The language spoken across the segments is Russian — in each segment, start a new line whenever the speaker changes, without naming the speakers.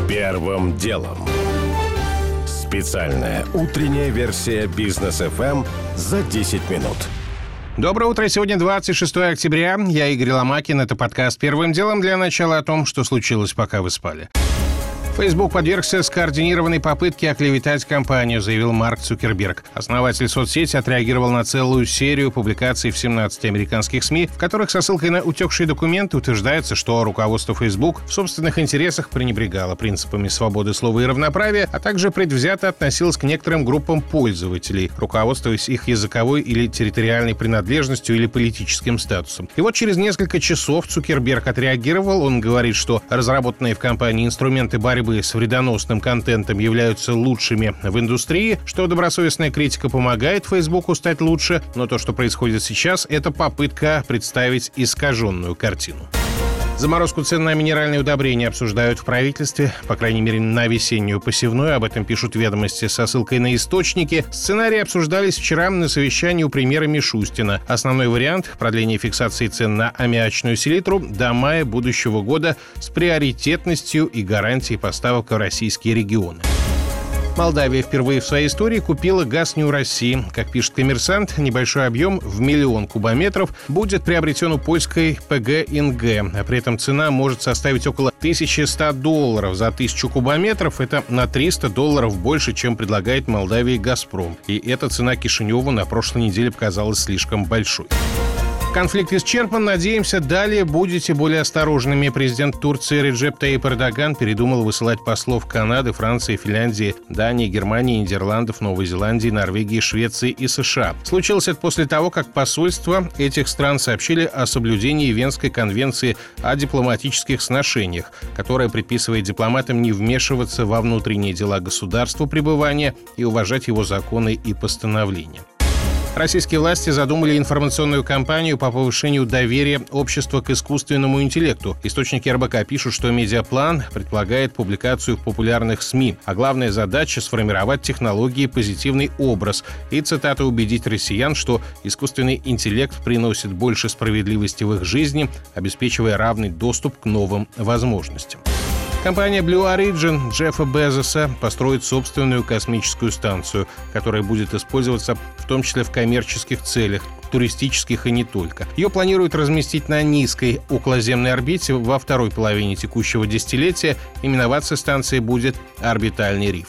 Первым делом. Специальная утренняя версия Бизнес ФМ за 10 минут.
Доброе утро. Сегодня 26 октября. Я Игорь Ломакин. Это подкаст «Первым делом». Для начала о том, что случилось, пока вы спали. Facebook подвергся скоординированной попытке оклеветать компанию, заявил Марк Цукерберг. Основатель соцсети отреагировал на целую серию публикаций в 17 американских СМИ, в которых со ссылкой на утекшие документы утверждается, что руководство Facebook в собственных интересах пренебрегало принципами свободы слова и равноправия, а также предвзято относилось к некоторым группам пользователей, руководствуясь их языковой или территориальной принадлежностью или политическим статусом. И вот через несколько часов Цукерберг отреагировал. Он говорит, что разработанные в компании инструменты борьбы с вредоносным контентом являются лучшими в индустрии, что добросовестная критика помогает Фейсбуку стать лучше, но то, что происходит сейчас, это попытка представить искаженную картину. Заморозку цен на минеральные удобрения обсуждают в правительстве, по крайней мере, на весеннюю посевную. Об этом пишут «Ведомости» со ссылкой на источники. Сценарии обсуждались вчера на совещании у премьера Мишустина. Основной вариант – продление фиксации цен на аммиачную селитру до мая будущего года с приоритетностью и гарантией поставок в российские регионы. Молдавия впервые в своей истории купила газ не у России. Как пишет «Коммерсант», небольшой объем в 1 миллион кубометров будет приобретен у польской ПГ «Инге». А при этом цена может составить около $1100 за 1000 кубометров. Это на $300 больше, чем предлагает Молдавии «Газпром». И эта цена Кишиневу на прошлой неделе показалась слишком большой. Конфликт исчерпан. Надеемся, далее будете более осторожными. Президент Турции Реджеп Тайип Эрдоган передумал высылать послов Канады, Франции, Финляндии, Дании, Германии, Нидерландов, Новой Зеландии, Норвегии, Швеции и США. Случилось это после того, как посольства этих стран сообщили о соблюдении Венской конвенции о дипломатических сношениях, которая предписывает дипломатам не вмешиваться во внутренние дела государства пребывания и уважать его законы и постановления. Российские власти задумали информационную кампанию по повышению доверия общества к искусственному интеллекту. Источники РБК пишут, что медиаплан предполагает публикацию в популярных СМИ, а главная задача — сформировать технологии позитивный образ и, цитата, убедить россиян, что искусственный интеллект приносит больше справедливости в их жизни, обеспечивая равный доступ к новым возможностям. Компания Blue Origin Джеффа Безоса построит собственную космическую станцию, которая будет использоваться в том числе в коммерческих целях, туристических и не только. Ее планируют разместить на низкой околоземной орбите во второй половине текущего десятилетия. Именоваться станцией будет «Орбитальный риф».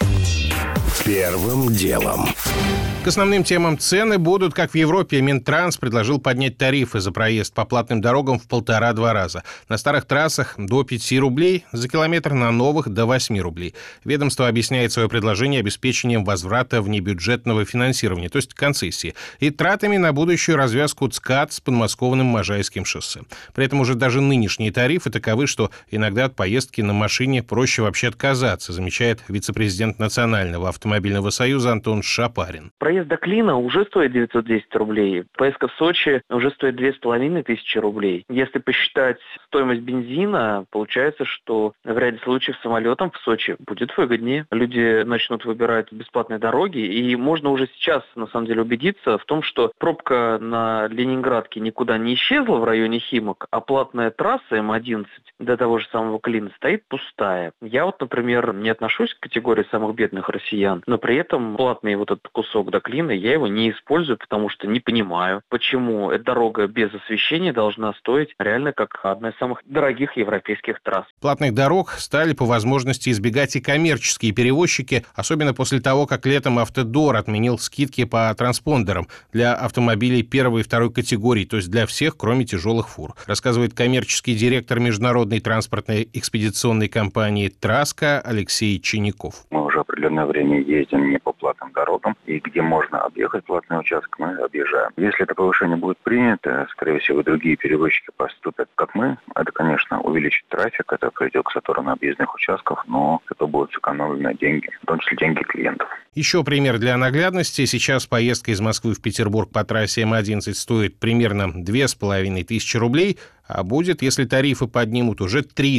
Первым делом.
К основным темам цены будут, как в Европе. Минтранс предложил поднять тарифы за проезд по платным дорогам в 1,5-2 раза. На старых трассах до 5 рублей за километр, на новых до 8 рублей. Ведомство объясняет свое предложение обеспечением возврата внебюджетного финансирования, то есть концессии, и тратами на будущую развязку ЦКАД с подмосковным Можайским шоссе. При этом уже даже нынешние тарифы таковы, что иногда от поездки на машине проще вообще отказаться, замечает вице-президент Национального автомобильного союза Антон Шапарин.
Проезд до Клина уже стоит 910 рублей. Поездка в Сочи уже стоит 2500 рублей. Если посчитать стоимость бензина, получается, что в ряде случаев самолетом в Сочи будет выгоднее. Люди начнут выбирать бесплатные дороги, и можно уже сейчас, на самом деле, убедиться в том, что пробка на Ленинградке никуда не исчезла в районе Химок, а платная трасса М11 до того же самого Клина стоит пустая. Я вот, например, не отношусь к категории самых бедных россиян, но при этом платный вот этот кусок до Клина я его не использую, потому что не понимаю, почему эта дорога без освещения должна стоить реально как одна из самых дорогих европейских трасс.
Платных дорог стали по возможности избегать и коммерческие перевозчики, особенно после того, как летом Автодор отменил скидки по транспондерам для автомобилей первой и второй категории, то есть для всех, кроме тяжелых фур, рассказывает коммерческий директор международной транспортной экспедиционной компании «Траска» Алексей Чиняков.
Мы уже определенное время ездим не по платным дорогам, и где можно объехать платный участок, мы объезжаем. Если это повышение будет принято, скорее всего, другие перевозчики поступят, как мы. Это, конечно, увеличит трафик, это придет к стороне объездных участков, но это будут сэкономлены деньги, в том числе деньги клиентов.
Еще пример для наглядности. Сейчас поездка из Москвы в Петербург по трассе М11 стоит примерно 2500 рублей, а будет, если тарифы поднимут, уже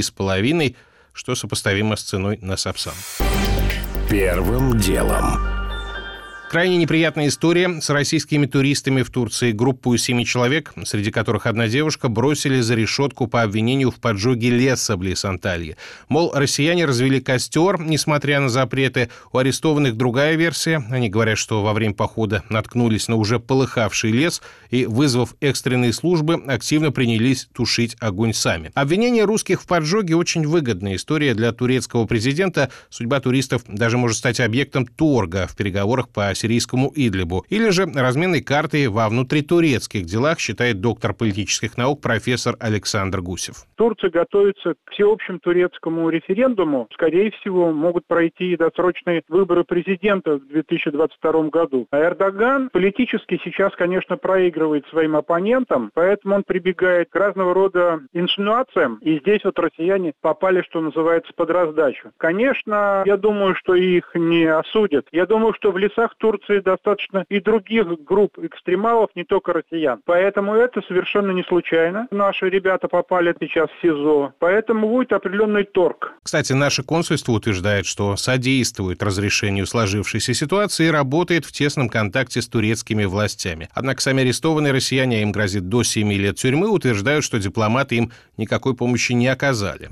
3,5, что сопоставимо с ценой на Сапсан.
Первым делом.
Крайне неприятная история с российскими туристами в Турции. Группу из 7 человек, среди которых одна девушка, бросили за решетку по обвинению в поджоге леса близ Анталии. Мол, россияне развели костер, несмотря на запреты. У арестованных другая версия. Они говорят, что во время похода наткнулись на уже полыхавший лес и, вызвав экстренные службы, активно принялись тушить огонь сами. Обвинение русских в поджоге очень выгодная история для турецкого президента. Судьба туристов даже может стать объектом торга в переговорах по сирийскому Идлибу. Или же разменной картой во внутритурецких делах, считает доктор политических наук профессор Александр Гусев.
Турция готовится к всеобщему турецкому референдуму. Скорее всего, могут пройти досрочные выборы президента в 2022 году. А Эрдоган политически сейчас, конечно, проигрывает своим оппонентам, поэтому он прибегает к разного рода инсинуациям. И здесь вот россияне попали, что называется, под раздачу. Конечно, я думаю, что их не осудят. Я думаю, что в лесах Турции достаточно и других групп экстремалов, не только россиян. Поэтому это совершенно не случайно. Наши ребята попали сейчас в СИЗО. Поэтому будет определенный торг.
Кстати, наше консульство утверждает, что содействует разрешению сложившейся ситуации и работает в тесном контакте с турецкими властями. Однако сами арестованные россияне, им грозит до 7 лет тюрьмы, утверждают, что дипломаты им никакой помощи не оказали.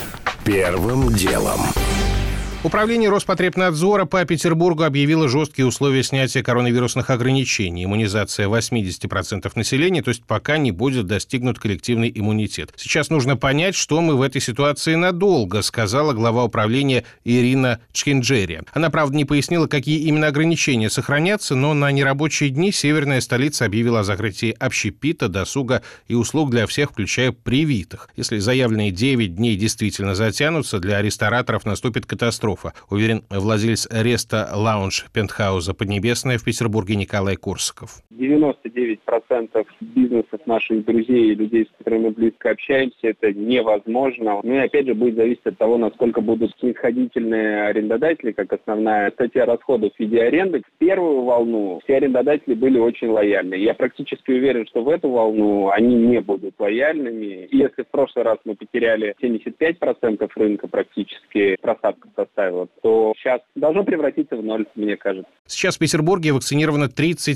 Первым делом.
Управление Роспотребнадзора по Петербургу объявило жесткие условия снятия коронавирусных ограничений. Иммунизация 80% населения, то есть пока не будет достигнут коллективный иммунитет. Сейчас нужно понять, что мы в этой ситуации надолго, сказала глава управления Ирина Чхинджери. Она, правда, не пояснила, какие именно ограничения сохранятся, но на нерабочие дни северная столица объявила о закрытии общепита, досуга и услуг для всех, включая привитых. Если заявленные 9 дней действительно затянутся, для рестораторов наступит катастрофа, уверен владелец Реста Лаунж Пентхауза «Поднебесная» в Петербурге Николай Корсаков.
99% бизнесов наших друзей и людей, с которыми мы близко общаемся, это невозможно. Ну и опять же будет зависеть от того, насколько будут снисходительные арендодатели, как основная статья расходов в виде аренды. В первую волну все арендодатели были очень лояльны. Я практически уверен, что в эту волну они не будут лояльными. Если в прошлый раз мы потеряли 75% рынка практически, просадка составила, то сейчас должно превратиться в ноль, мне кажется.
Сейчас в Петербурге вакцинировано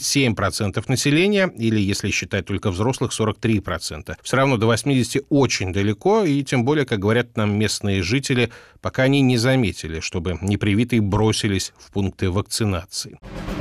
37% населения, или, если считать только взрослых, 43%. Все равно до 80% очень далеко, и тем более, как говорят нам местные жители, пока они не заметили, чтобы непривитые бросились в пункты вакцинации.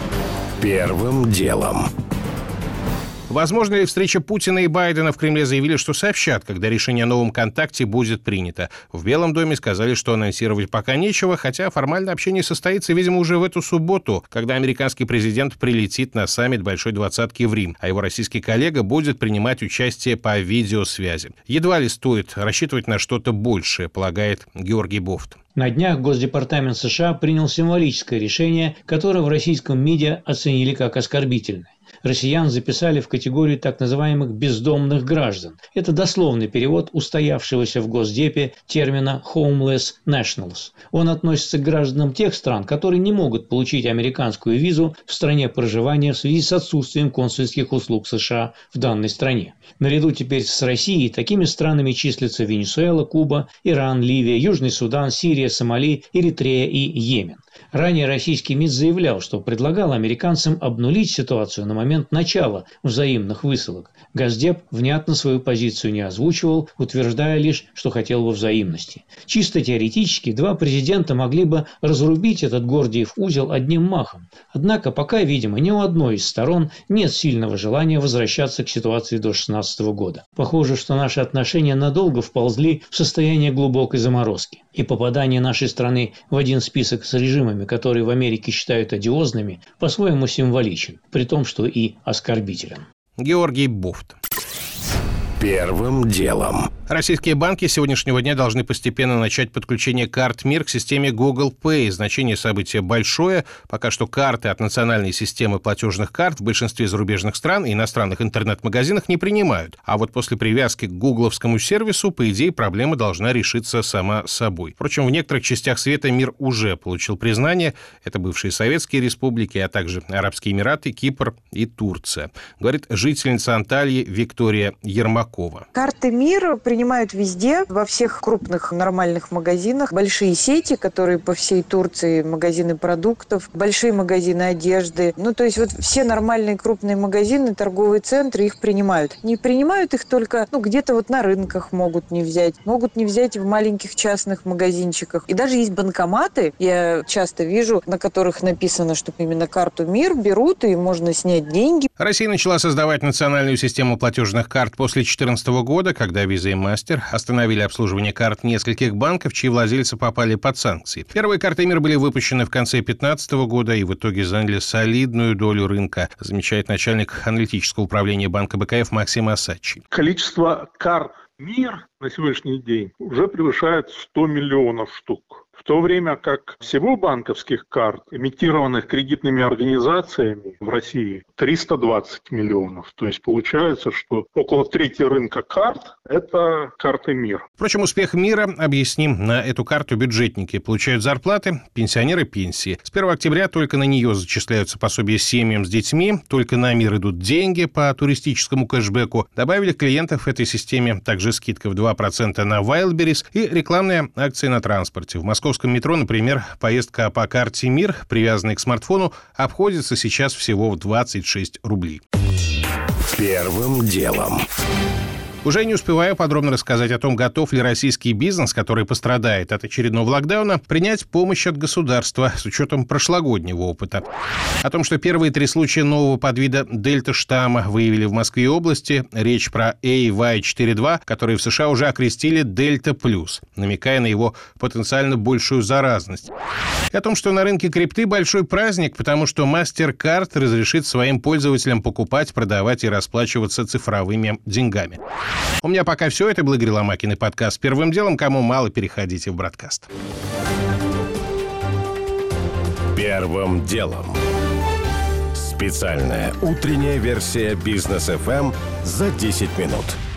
Первым делом.
Возможно ли встреча Путина и Байдена? В Кремле заявили, что сообщат, когда решение о новом контакте будет принято. В Белом доме сказали, что анонсировать пока нечего, хотя формально общение состоится, видимо, уже в эту субботу, когда американский президент прилетит на саммит Большой Двадцатки в Рим, а его российский коллега будет принимать участие по видеосвязи. Едва ли стоит рассчитывать на что-то большее, полагает Георгий Бофт.
На днях Госдепартамент США принял символическое решение, которое в российском МИДе оценили как оскорбительное. Россиян записали в категорию так называемых бездомных граждан. Это дословный перевод устоявшегося в Госдепе термина «homeless nationals». Он относится к гражданам тех стран, которые не могут получить американскую визу в стране проживания в связи с отсутствием консульских услуг США в данной стране. Наряду теперь с Россией такими странами числятся Венесуэла, Куба, Иран, Ливия, Южный Судан, Сирия, Сомали, Эритрея и Йемен. Ранее российский МИД заявлял, что предлагал американцам обнулить ситуацию на момент начала взаимных высылок. Госдеп внятно свою позицию не озвучивал, утверждая лишь, что хотел во взаимности. Чисто теоретически два президента могли бы разрубить этот Гордиев узел одним махом. Однако пока, видимо, ни у одной из сторон нет сильного желания возвращаться к ситуации до 2016 года. Похоже, что наши отношения надолго вползли в состояние глубокой заморозки. И попадание нашей страны в один список с режимами, которые в Америке считают одиозными, по-своему символичен, при том, что и оскорбителен.
Георгий Бофт.
Первым делом.
Российские банки с сегодняшнего дня должны постепенно начать подключение карт МИР к системе Google Pay. Значение события большое. Пока что карты от национальной системы платежных карт в большинстве зарубежных стран и иностранных интернет-магазинах не принимают. А вот после привязки к гугловскому сервису, по идее, проблема должна решиться сама собой. Впрочем, в некоторых частях света МИР уже получил признание. Это бывшие советские республики, а также Арабские Эмираты, Кипр и Турция. Говорит жительница Анталии Виктория Ермакова.
Карты МИР принимают принимают везде, во всех крупных нормальных магазинах. Большие сети, которые по всей Турции, магазины продуктов, большие магазины одежды. То есть вот все нормальные крупные магазины, торговые центры их принимают. Не принимают их только, где-то вот на рынках могут не взять. Могут не взять в маленьких частных магазинчиках. И даже есть банкоматы, я часто вижу, на которых написано, что именно карту МИР берут и можно снять деньги.
Россия начала создавать национальную систему платежных карт после 2014 года, когда Visa и Master остановили обслуживание карт нескольких банков, чьи владельцы попали под санкции. Первые карты МИР были выпущены в конце 2015 года и в итоге заняли солидную долю рынка, замечает начальник аналитического управления банка БКФ Максим Асачи.
Количество карт МИР на сегодняшний день уже превышает 100 миллионов штук. В то время как всего банковских карт, имитированных кредитными организациями в России, 320 миллионов. То есть получается, что около трети рынка карт – это карты МИР.
Впрочем, успех МИРа объясним. На эту карту бюджетники получают зарплаты, пенсионеры – пенсии. С 1 октября только на нее зачисляются пособия семьям с детьми, только на МИР идут деньги по туристическому кэшбэку. Добавили клиентов этой системе также скидка в 2% на Wildberries и рекламные акции на транспорте. В московском метро, например, поездка по карте МИР, привязанной к смартфону, обходится сейчас всего в 26 рублей.
Первым делом.
Уже не успеваю подробно рассказать о том, готов ли российский бизнес, который пострадает от очередного локдауна, принять помощь от государства с учетом прошлогоднего опыта. О том, что первые 3 случая нового подвида дельта-штамма выявили в Москве и области, речь про AY4.2, который в США уже окрестили Дельта+, намекая на его потенциально большую заразность. И о том, что на рынке крипты большой праздник, потому что MasterCard разрешит своим пользователям покупать, продавать и расплачиваться цифровыми деньгами. У меня пока все. Это был Игорь Ломакин и подкаст «Первым делом». Кому мало, переходите в Бродкаст.
Первым делом. Специальная утренняя версия Бизнес ФМ за 10 минут.